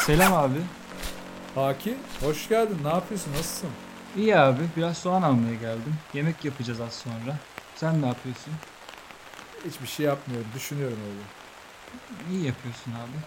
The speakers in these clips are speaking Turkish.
Selam abi. Haki, hoş geldin. Ne yapıyorsun? Nasılsın? İyi abi. Biraz soğan almaya geldim. Yemek yapacağız az sonra. Sen ne yapıyorsun? Hiçbir şey yapmıyorum. Düşünüyorum öyle. İyi yapıyorsun abi.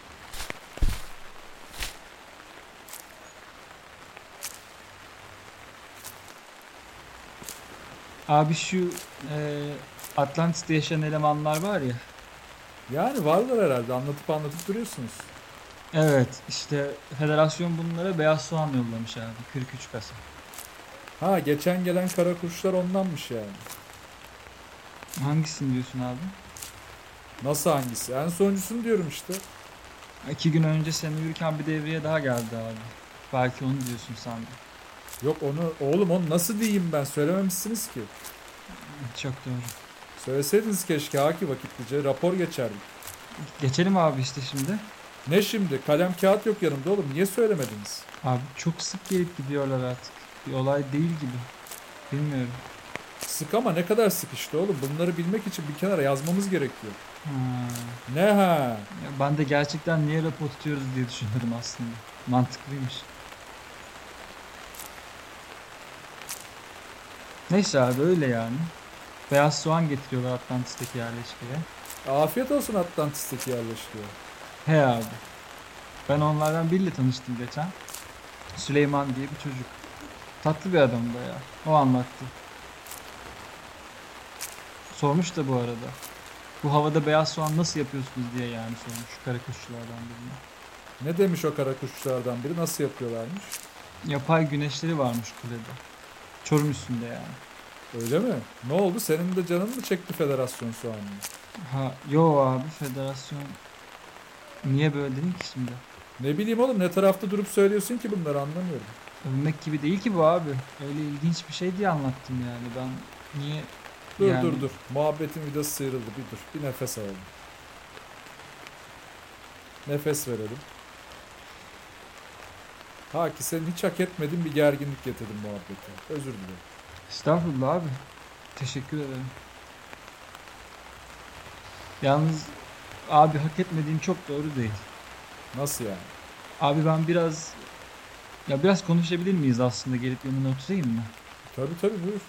Abi şu Atlantis'te yaşayan elemanlar var ya. Yani varlar herhalde. Anlatıp duruyorsunuz. Evet işte federasyon bunlara beyaz soğan yollamış abi. 43 kasa. Ha, geçen gelen kara kuşlar ondanmış yani. Hangisini diyorsun abi? Nasıl hangisi? En sonuncusunu diyorum işte. 2 gün önce sen uyurken bir devriye daha geldi abi. Belki onu diyorsun sandım. Yok onu, oğlum onu nasıl diyeyim ben? Söylememişsiniz ki. Çok doğru. Söyleseydiniz keşke Haki vakitlice. Rapor geçerdik. Geçelim abi işte şimdi. Ne şimdi? Kalem kağıt yok yanımda oğlum. Niye söylemediniz? Abi çok sık gelip gidiyorlar artık. Bir olay değil gibi. Bilmiyorum. Sık ama ne kadar sık işte oğlum. Bunları bilmek için bir kenara yazmamız gerekiyor. Ha. Ne ha? Ya ben de gerçekten niye rapor tutuyoruz diye düşünüyorum aslında. Mantıklıymış. Neyse abi öyle yani. Beyaz soğan getiriyorlar Atlantis'teki yerleşkeye. Afiyet olsun Atlantis'teki yerleşkiye. He abi. Ben onlardan biriyle tanıştım geçen. Süleyman diye bir çocuk. Tatlı bir adam da ya. O anlattı. Sormuş da bu arada. Bu havada beyaz soğan nasıl yapıyorsunuz diye yani sormuş karakuşçulardan birine. Ne demiş o kara kuşlardan biri? Nasıl yapıyorlarmış? Yapay güneşleri varmış kulede. Çorum üstünde yani. Öyle mi? Ne oldu? Senin de canın mı çekti federasyon soğanını? Ha yo abi federasyon niye böyle dedin ki şimdi? Ne bileyim oğlum, ne tarafta durup söylüyorsun ki bunları, anlamıyorum. Övmek gibi değil ki bu abi. Öyle ilginç bir şey diye anlattım yani. Ben niye Dur yani dur dur. Muhabbetin vidası sıyrıldı. Bir dur. Bir nefes alalım. Nefes verelim. Haki, senin hiç hak etmediğin bir gerginlik getirdim muhabbete. Özür dilerim. estağfurullah abi. Teşekkür ederim. Yalnız abi hak etmediğim çok doğru değil. Nasıl yani? Abi ben biraz konuşabilir miyiz aslında gelip yanına oturayım mı? Tabii tabii, buyur.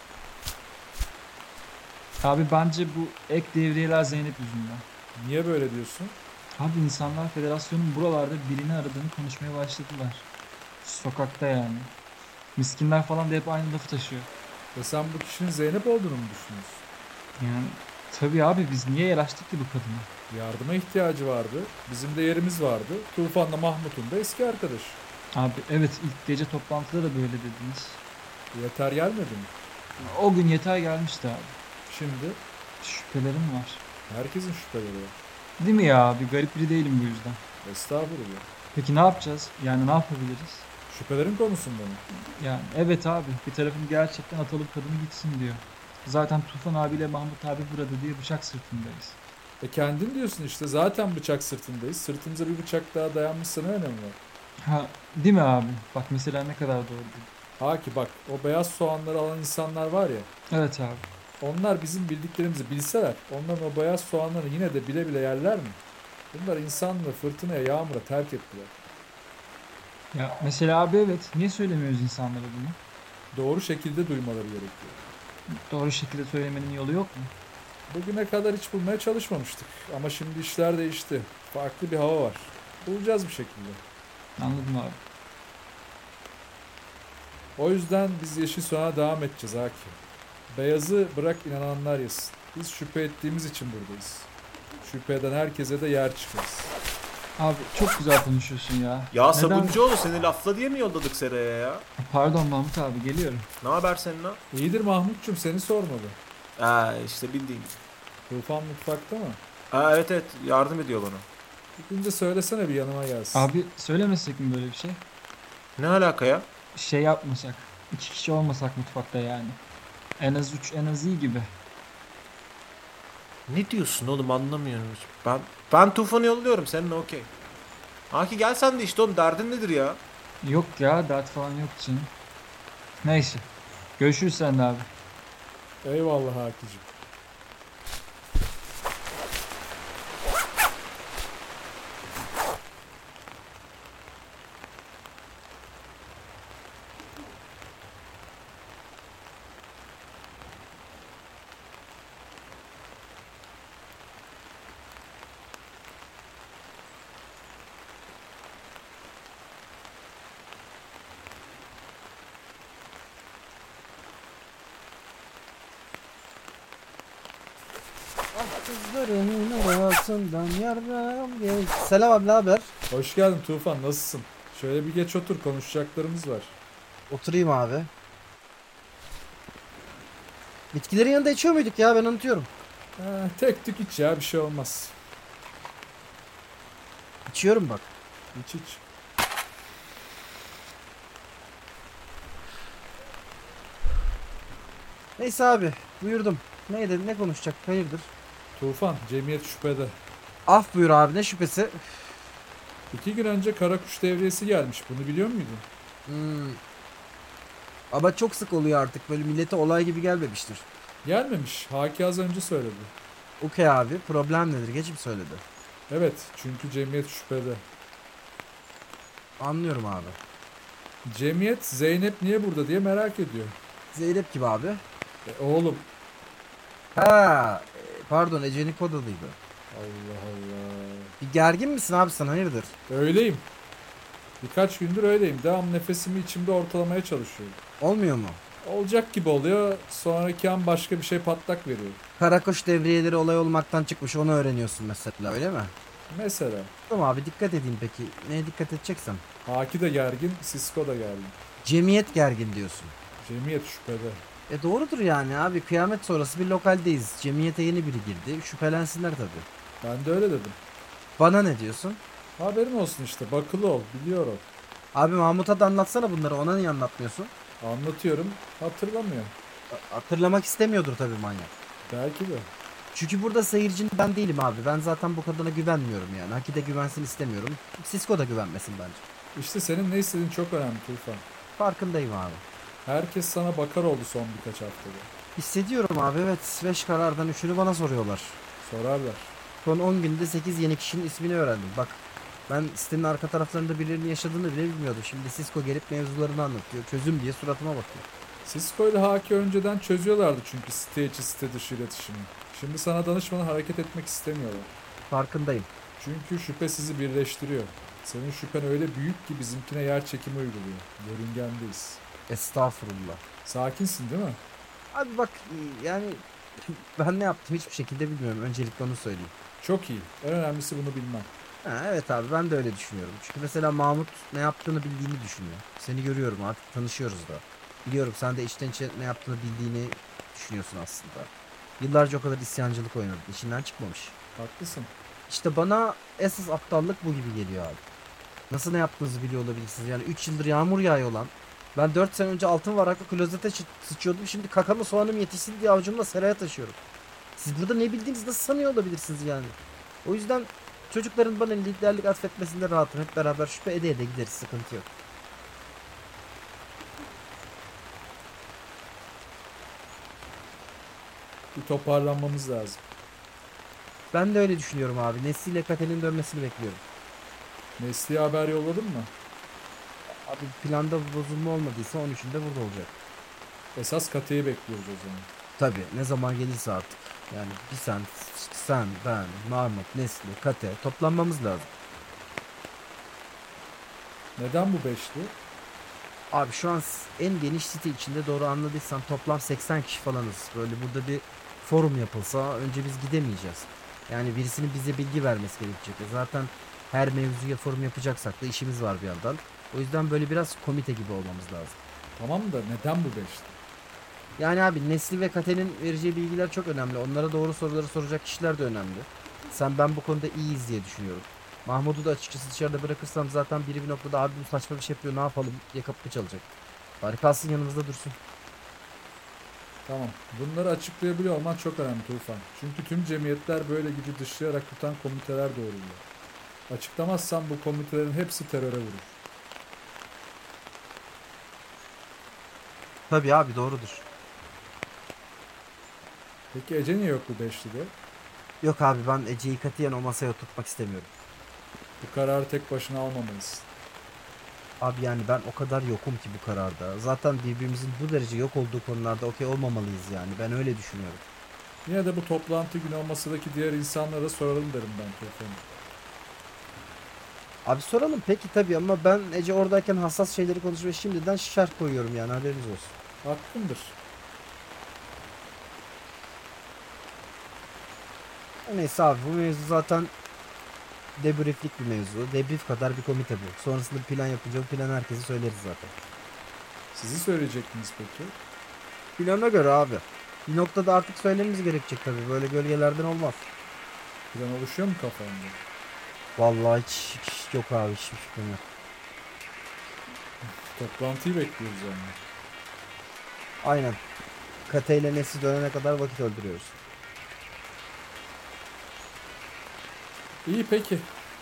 Abi bence bu ek devriyeler Zeynep yüzünden. Niye böyle diyorsun? Abi insanlar federasyonun buralarda birini aradığını konuşmaya başladılar. Sokakta yani. Miskinler falan da hep aynı lafı taşıyor. Ve sen bu kişinin Zeynep olduğunu mu düşünüyorsun? Yani tabii abi biz niye yer açtık ki bu kadına? Yardıma ihtiyacı vardı. Bizim de yerimiz vardı. Tufan'la Mahmut'un da eski arkadaş. Abi evet ilk gece toplantıda da böyle dediniz. Yeter gelmedi mi? O gün yeter gelmişti abi. Şimdi Şüphelerim var. herkesin şüpheleri var. Değil mi ya abi? Garip biri değilim bu yüzden. Estağfurullah. Peki ne yapacağız? Yani ne yapabiliriz? Şüphelerin konusunda mı? Yani evet abi bir tarafım gerçekten atalım kadını gitsin diyor. Zaten Tufan abiyle Mahmut abi burada diye bıçak sırtındayız. Kendin diyorsun işte, zaten bıçak sırtındayız. Sırtımıza bir bıçak daha dayanmışsa ne önemi var? Ha değil mi abi? Bak mesela ne kadar doğru değil. Haki bak, o beyaz soğanları alan insanlar var ya. Evet abi. Onlar bizim bildiklerimizi bilseler, onların o beyaz soğanları yine de bile bile yerler mi? Bunlar insanlığı fırtınaya, yağmura terk ettiler. Ya mesela abi evet. Niye söylemiyoruz insanlara bunu? Doğru şekilde duymaları gerekiyor. Doğru şekilde söylemenin yolu yok mu? Bugüne kadar hiç bulmaya çalışmamıştık. Ama şimdi işler değişti. Farklı bir hava var. Bulacağız bir şekilde. Anladım abi. O yüzden biz yeşil soğana devam edeceğiz Haki. Beyazı bırak inananlar yesin. Biz şüphe ettiğimiz için buradayız. Şüphe eden herkese de yer çıkarız. Abi çok güzel konuşuyorsun ya. Ya Neden? Sabuncuoğlu seni lafla diye mi yolladık Seraya ya? Pardon Mahmut abi geliyorum. Ne haber senin ha? İyidir Mahmut'cum, seni sormalı. İşte bildiğin. Tufan mutfakta mı? Evet evet yardım ediyor bana. Gidince söylesene bir yanıma gelsin. Abi söylemesek mi böyle bir şey? Ne alaka ya? Şey yapmasak. 2 kişi olmasak mutfakta yani. En az 3 en az iyi gibi. Ne diyorsun oğlum anlamıyorum hiç. Ben Tufan'ı yolluyorum seninle okey. Haki gel sen de işte oğlum derdin nedir ya? Yok ya dert falan yok canım. Neyse. Görüşürüz sen de abi. Eyvallah Haki'cim. Kızların arasından yardım geç. Selam abi, ne haber? Hoş geldin Tufan, nasılsın? Şöyle bir geç otur, konuşacaklarımız var. Oturayım abi. Bitkilerin yanında içiyor muyduk ya, ben unutuyorum. Tek tük iç ya, bir şey olmaz. İçiyorum bak. İç iç. Neyse abi, buyurdum. Neydi, ne konuşacak, hayırdır? Tufan, cemiyet şüphede. Af buyur abi, ne şüphesi. 2 gün önce Karakuş devriyesi gelmiş, bunu biliyor muydun? Hmm. Ama çok sık oluyor artık, böyle millete olay gibi gelmemiştir. Gelmemiş, Haki az önce söyledi. Okey abi, problem nedir, geç mi söyledi? Evet, çünkü cemiyet şüphede. Anlıyorum abi. Cemiyet Zeynep niye burada diye merak ediyor. Zeynep gibi abi. Oğlum. Ha, pardon, Ece'nin kod adıydı. Allah Allah. Bir gergin misin abi sen, hayırdır? Öyleyim. Birkaç gündür öyleyim. Devam nefesimi içimde ortalamaya çalışıyorum. Olmuyor mu? Olacak gibi oluyor. Sonraki an başka bir şey patlak veriyor. Karakoş devriyeleri olay olmaktan çıkmış, onu öğreniyorsun mesela, öyle mi? Mesela. Tamam abi, dikkat edeyim peki. Neye dikkat edeceksem? Haki de gergin, Sisko da gergin. Cemiyet gergin diyorsun. Cemiyet şüphede. Doğrudur yani abi, kıyamet sonrası bir lokaldeyiz. Cemiyete yeni biri girdi, şüphelensinler tabii. Ben de öyle dedim. Bana ne diyorsun? Haberin olsun işte. Bakılı ol. Biliyorum. Abi Mahmut'a da anlatsana bunları, ona niye anlatmıyorsun? Anlatıyorum. Hatırlamıyor. Hatırlamak istemiyordur tabii manyak. Belki de. Çünkü burada seyircinin ben değilim abi. Ben zaten bu kadına güvenmiyorum yani. Haki de güvensin istemiyorum. Sisko da güvenmesin bence. İşte senin ne istediğin çok önemli Tufan. Farkındayım abi. Herkes sana bakar oldu son birkaç haftada. Hissediyorum abi, evet. 5 karardan 3'ünü bana soruyorlar. Sorarlar. Son 10 günde 8 yeni kişinin ismini öğrendim. Bak, ben sitenin arka taraflarında birilerinin yaşadığını bile bilmiyordum. Şimdi Sisko gelip mevzularını anlatıyor. Çözüm diye suratıma bakıyor. Sisko ile Haki önceden çözüyorlardı çünkü site içi site dışı iletişimi. Şimdi sana danışmadan hareket etmek istemiyorlar. Farkındayım. Çünkü şüphe sizi birleştiriyor. Senin şüphen öyle büyük ki bizimkine yer çekimi uyguluyor. Yörüngendeyiz. Estağfurullah. Sakinsin değil mi? Abi bak, yani ben ne yaptım hiçbir şekilde bilmiyorum. Öncelikle onu söyleyeyim. Çok iyi. En önemlisi bunu bilmem. Ha, evet abi, ben de öyle düşünüyorum. Çünkü mesela Mahmut ne yaptığını bildiğini düşünüyor. Seni görüyorum, artık tanışıyoruz da. Biliyorum sen de içten içe ne yaptığını bildiğini düşünüyorsun aslında. Yıllarca o kadar isyancılık oynadın. İçinden çıkmamış. Haklısın. İşte bana esas aptallık bu gibi geliyor abi. Nasıl ne yaptığınızı biliyor olabilirsiniz. Yani 3 yıldır yağmur yağıyor lan. Ben 4 sene önce altın varaklı klozete sıçıyordum. Şimdi kakamı soğanım yetişsin diye avucumda seraya taşıyorum. Siz burada ne bildiğinizi nasıl sanıyor olabilirsiniz yani? O yüzden çocukların bana liderlik atfetmesinde rahatım. Hep beraber şüphe ede ede gideriz. Sıkıntı yok. Bir toparlanmamız lazım. Ben de öyle düşünüyorum abi. Nesli ile Katel'in dönmesini bekliyorum. Nesli'ye haber yolladın mı? Abi planda bozulma olmadıysa 13'ünde burada olacak. Esas Kate'yi bekliyoruz o zaman. Tabii ne zaman gelirse artık. Yani sen, ben, Mahmut, Nesli, Kate toplanmamız lazım. Neden bu beşli? Abi şu an en geniş site içinde, doğru anladıysam toplam 80 kişi falanız. Böyle burada bir forum yapılsa önce biz gidemeyeceğiz. Yani birisinin bize bilgi vermesi gerekecek. Zaten her mevzuya forum yapacaksak da işimiz var bir yandan. O yüzden böyle biraz komite gibi olmamız lazım. Tamam da neden bu beşli? Yani abi Nesli ve Kate'nin vereceği bilgiler çok önemli. Onlara doğru soruları soracak kişiler de önemli. Ben bu konuda iyiyiz diye düşünüyorum. Mahmut'u da açıkçası dışarıda bırakırsam zaten biri bir noktada abi bu saçma bir şey yapıyor, ne yapalım diye kapı çalacak. Bari kalsın yanımızda dursun. Tamam. Bunları açıklayabiliyor olman çok önemli Tufan. Çünkü tüm cemiyetler böyle gücü dışlayarak tutan komiteler doğruluyor. Açıklamazsan bu komitelerin hepsi teröre vurur. Tabii abi, doğrudur. Peki Ece niye yok bu beşlide? Yok abi, ben Ece'yi katiyen o masaya oturtmak istemiyorum. Bu kararı tek başına almamalısın. Abi yani ben o kadar yokum ki bu kararda. Zaten birbirimizin bu derece yok olduğu konularda okey olmamalıyız yani. Ben öyle düşünüyorum. Yine de bu toplantı günü o masadaki diğer insanlara soralım derim ben Tufan'a. Abi soralım peki tabii, ama ben Ece oradayken hassas şeyleri konuşmaya şimdiden şart koyuyorum yani, haberiniz olsun. Hakkındır. Neyse abi bu mevzu zaten debrieflik bir mevzu. Debrief kadar bir komite bu. Sonrasında bir plan yapınca bu planı herkese söyleriz zaten. Sizi söyleyecektiniz peki? Plana göre abi. Bir noktada artık söylememiz gerekecek tabii. Böyle gölgelerden olmaz. Plan oluşuyor mu kafanda? Vallahi hiç yok abi hiçbir fikrim yok. Toplantıyı bekliyoruz yani. Aynen. Kate ile Nesli dönene kadar vakit öldürüyoruz. İyi peki.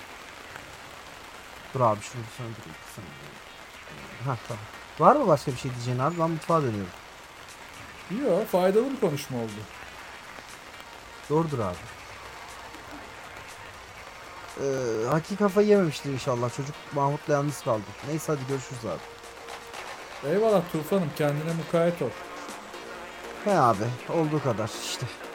Dur abi şunu bir söndüreyim. Hah tamam. Var mı başka bir şey diyeceğin abi? Ben mutfağa dönüyorum. Yo, faydalı bir konuşma oldu. Doğrudur abi. Haki kafayı yememiştir inşallah. Çocuk Mahmut'la yalnız kaldı. Neyse hadi görüşürüz abi. Eyvallah Tufan'ım, kendine mukayyet ol. He abi olduğu kadar işte.